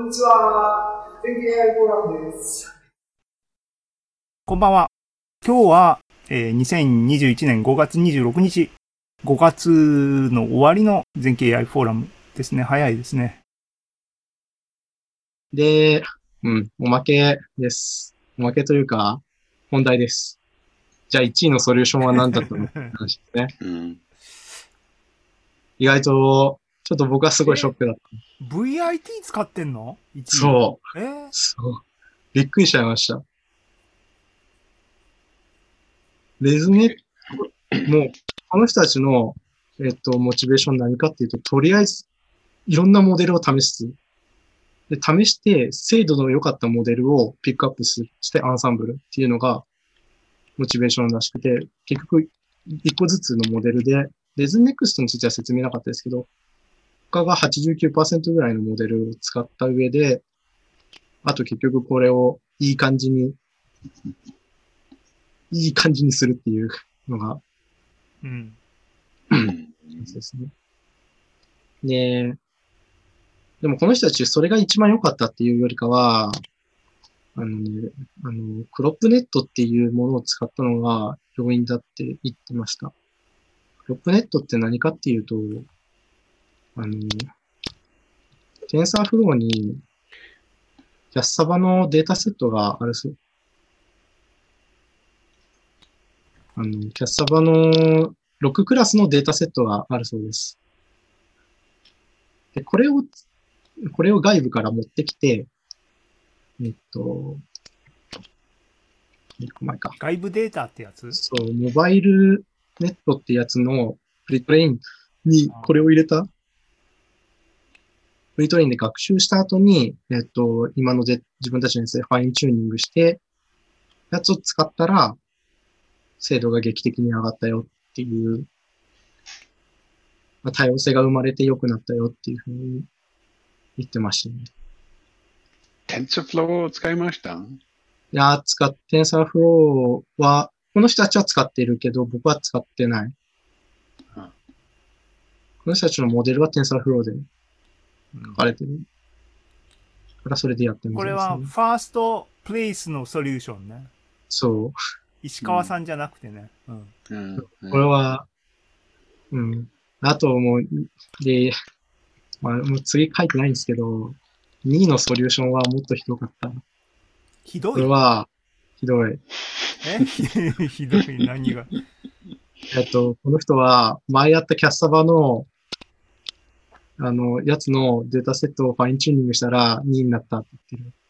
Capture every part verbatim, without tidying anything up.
にちは。全景 エーアイ フォーラムです。 こんばんは。今日は、えー、にせんにじゅういちねんごがつにじゅうろくにち、ごがつの終わりの全景 エーアイ フォーラムですね。早いですね。 で、うん、おまけです。おまけというか、本題です。じゃあいちいのソリューションは何だったのって話ですね。うん、意外と、ちょっと僕はすごいショックだった。 ブイアイティー 使ってんの ?いちい。 そう。 えー、 そう。びっくりしちゃいました。レズネ、もう、この人たちの、えっと、モチベーション何かっていうと、とりあえず、いろんなモデルを試す。で、試して、精度の良かったモデルをピックアップしてアンサンブルっていうのが、モチベーションらしくて、結局、一個ずつのモデルで、レズネクストについては説明なかったですけど、他が はちじゅうきゅうパーセント ぐらいのモデルを使った上で、あと結局これをいい感じに、いい感じにするっていうのが、 うん。 ですね。で、でもこの人たちそれが一番良かったっていうよりかは、あのね、あの、クロップネットっていうものを使ったのが要因だって言ってました。クロップネットって何かっていうと、あの、テンサーフローにキャッサバのデータセットがあるそう。あの、キャッサバのろくクラスのデータセットがあるそうです。で、これを、これを外部から持ってきて、えっと、いっこまえか。 外部データってやつ？ そう、モバイルネットってやつのプリトレインにこれを入れた。プリトレインで学習した後に、えっと、今ので自分たちのやつでファインチューニングして、やつを使ったら、精度が劇的に上がったよっていう、まあ、多様性が生まれて良くなったよっていうふうに言ってましたね。 TensorFlow を使いました？ いや、使って、TensorFlow は、この人たちは使っているけど、僕は使ってない。うん、この人たちのモデルは TensorFlow で書かれてる。うん、だからそれでやってます、ね。 これはファーストプレイスのソリューションね。 そう。 石川さんじゃなくてね。うん。 うんうん、これは、うん。あともう、で、まあ、もう次書いてないんですけど、にいのソリューションはもっとひどかった。 ひどい？ これは、ひどい。 えひどい何がえっと、この人は、前やったキャッサバの、あの、やつのデータセットをファインチューニングしたらにいになったって言ってる。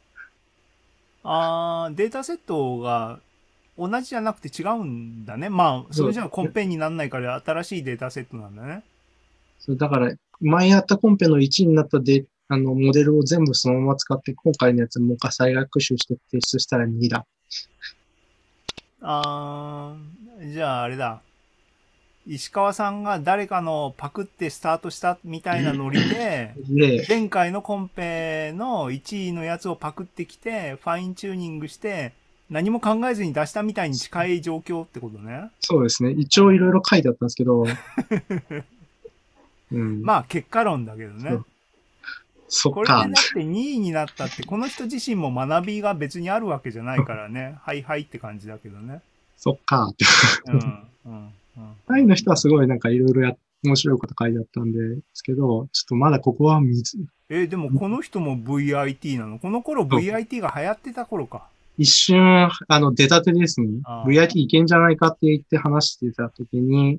あー、データセットが同じじゃなくて違うんだね。まあ、それじゃコンペにならないから新しいデータセットなんだね。 そうだから、前やったコンペのいちいになったで、あの、モデルを全部そのまま使って、今回のやつもう一回再学習して提出したらにだ。 あー、じゃああれだ。石川さんが誰かのパクってスタートしたみたいなノリで、前回のコンペのいちいのやつをパクってきて、ファインチューニングして、何も考えずに出したみたいに近い状況ってことね。 そうですね。一応いろいろ書いてあったんですけど。 うん、まあ結果論だけどね。 そっか。 これでだってにいになったって、この人自身も学びが別にあるわけじゃないからね。はいはいって感じだけどね。 そっか。 うん。うん。 タイの人はすごいなんかいろいろや、面白いこと書いてあったんですけど、ちょっとまだここは見ず。 え、でもこの人も ブイアイティー なの？この頃 ブイアイティー が流行ってた頃か。 一瞬、あの、出たてですね。ブイアイティー いけんじゃないかって言って話してたときに、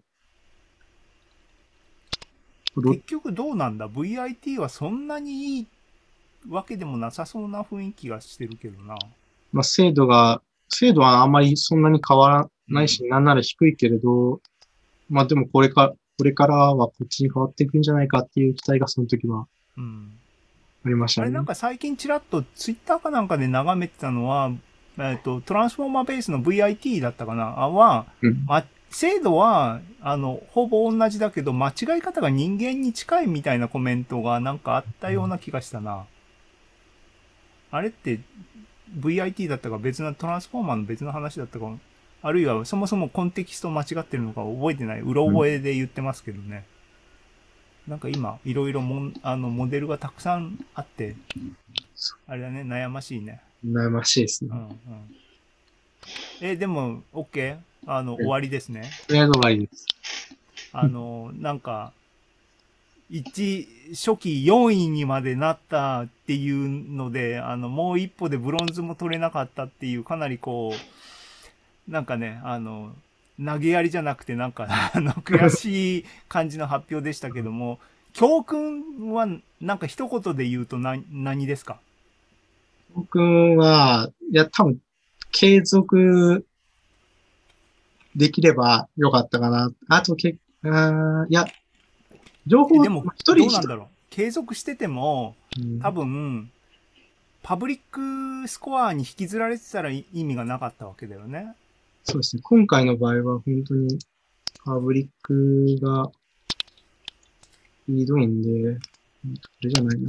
結局どうなんだ ?ブイアイティー はそんなにいいわけでもなさそうな雰囲気がしてるけどな。 まあ、精度が、精度はあんまりそんなに変わらないし、うん、なんなら低いけれど、まあでもこれか、これからはこっちに変わっていくんじゃないかっていう期待がその時は、ありましたね。 あれなんか最近ちらっとツイッターかなんかで眺めてたのは、えっと、トランスフォーマーベースの ブイアイティー だったかなは、うんま、精度は、あの、ほぼ同じだけど、間違い方が人間に近いみたいなコメントがなんかあったような気がしたな。うん、あれって ブイアイティー だったか別な、トランスフォーマーの別の話だったか、あるいはそもそもコンテキスト間違ってるのか覚えてない。うろ覚えで言ってますけどね。 なんか今、いろいろもん、あの、モデルがたくさんあって、あれだね、悩ましいね。 悩ましいですね。 うんうん。え、でも、OK? あの、終わりですね。 とりあえず終わりです。 あの、なんか、一、初期よんいにまでなったっていうので、あの、もう一歩でブロンズも取れなかったっていう、かなりこう、なんかね、あの、投げやりじゃなくて、なんか、あの、悔しい感じの発表でしたけども、教訓は、なんか一言で言うと何、何ですか？ 僕は、いや、多分、継続できればよかったかな。あと、け、あーいや、情報、 えでも、 一人一人、 どうなんだろう。継続してても、多うん分、パブリックスコアに引きずられてたら意味がなかったわけだよね。 そうですね。今回の場合は本当にパブリックがひどいんで、これじゃないな。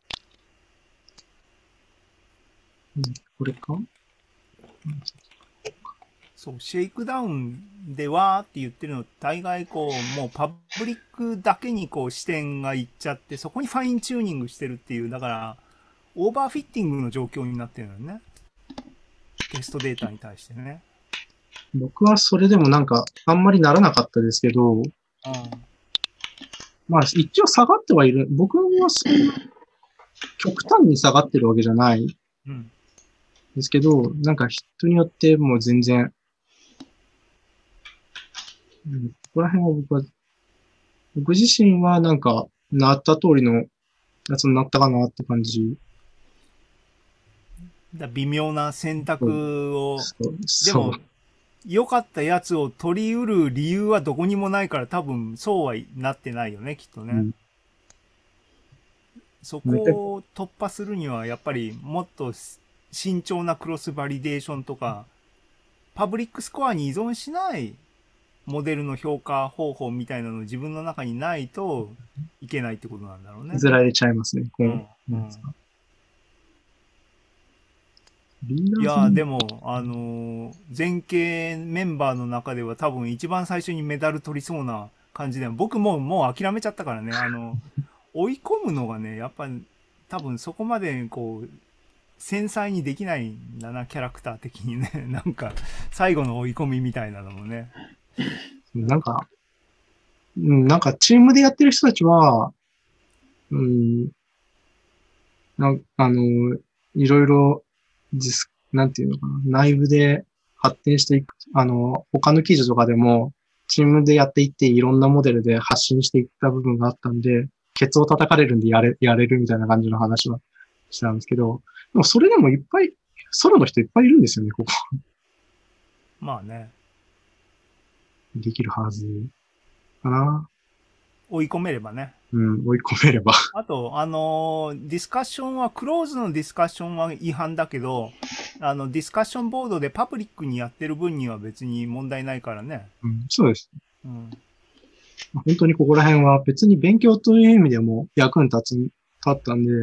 うん、これか。 そう、シェイクダウンではって言ってるの、大概こう、もうパブリックだけにこう視点がいっちゃって、そこにファインチューニングしてるっていう、だから、オーバーフィッティングの状況になってるのよね。テストデータに対してね。 僕はそれでもなんか、あんまりならなかったですけど、 うん。 まあ一応下がってはいる。僕はそんな極端に下がってるわけじゃないうん。 ですけど、なんか人によってもう全然、うん、ここら辺は僕は、僕自身はなんか、なった通りのやつになったかなって感じ。 だ微妙な選択を、 そう、そう。 でも、良かったやつを取り得る理由はどこにもないから多分そうはなってないよね、きっとね。 うん。 そめっちゃこを突破するにはやっぱりもっと慎重なクロスバリデーションとか、パブリックスコアに依存しないモデルの評価方法みたいなの自分の中にないといけないってことなんだろうね。 削られちゃいますね。こう、 うん。うん。 なんですか。リーダいやー、 ーズも、 でも、あのー前系メンバーの中では多分一番最初にメダル取りそうな感じで、僕ももう諦めちゃったからね、あの、追い込むのがね、やっぱ多分そこまでこう、繊細にできないんだな、キャラクター的にね。なんか、最後の追い込みみたいなのもね。 なんか、うん、なんかチームでやってる人たちは、うん、な、あの、いろいろディス、なんていうのかな、内部で発展していく、あの、他の記事とかでも、チームでやっていっていろんなモデルで発信していった部分があったんで、ケツを叩かれるんでやれ、やれるみたいな感じの話はしてたんですけど、でもそれでもいっぱい、ソロの人いっぱいいるんですよね、ここ。 まあね、 できるはずかな。 追い込めればね。 うん、追い込めれば。 あと、あのーディスカッションは、クローズのディスカッションは違反だけど、あの、ディスカッションボードでパブリックにやってる分には別に問題ないからね。 うん、そうです。 うん。 本当にここら辺は別に勉強という意味でも役に立つ、立ったんで、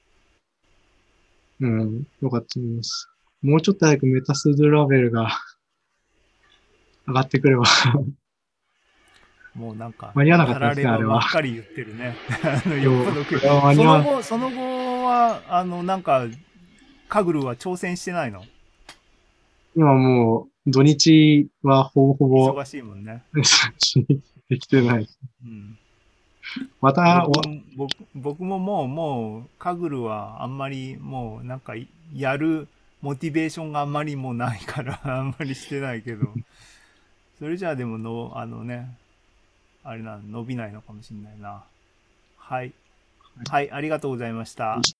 うん、よかったと思います。もうちょっと早くメタスードラベルが上がってくればもうなんか、 間に合わなかたらったですね、あれは。 ればばっかり言ってるね。あの、よっそう、 ぽどく、 これは間に合わなその後、その後は、あの、なんか、カグルは挑戦してないの？ 今もう土日はほぼほぼ忙しいもんね。 できてない。 うん。 また、 僕も、僕、僕ももう、もう、カグルはあんまり、もう、なんか、やるモチベーションがあんまりもうないから、あんまりしてないけど、それじゃあでもの、あのね、あれな、伸びないのかもしれないな。はい。はい、ありがとうございました。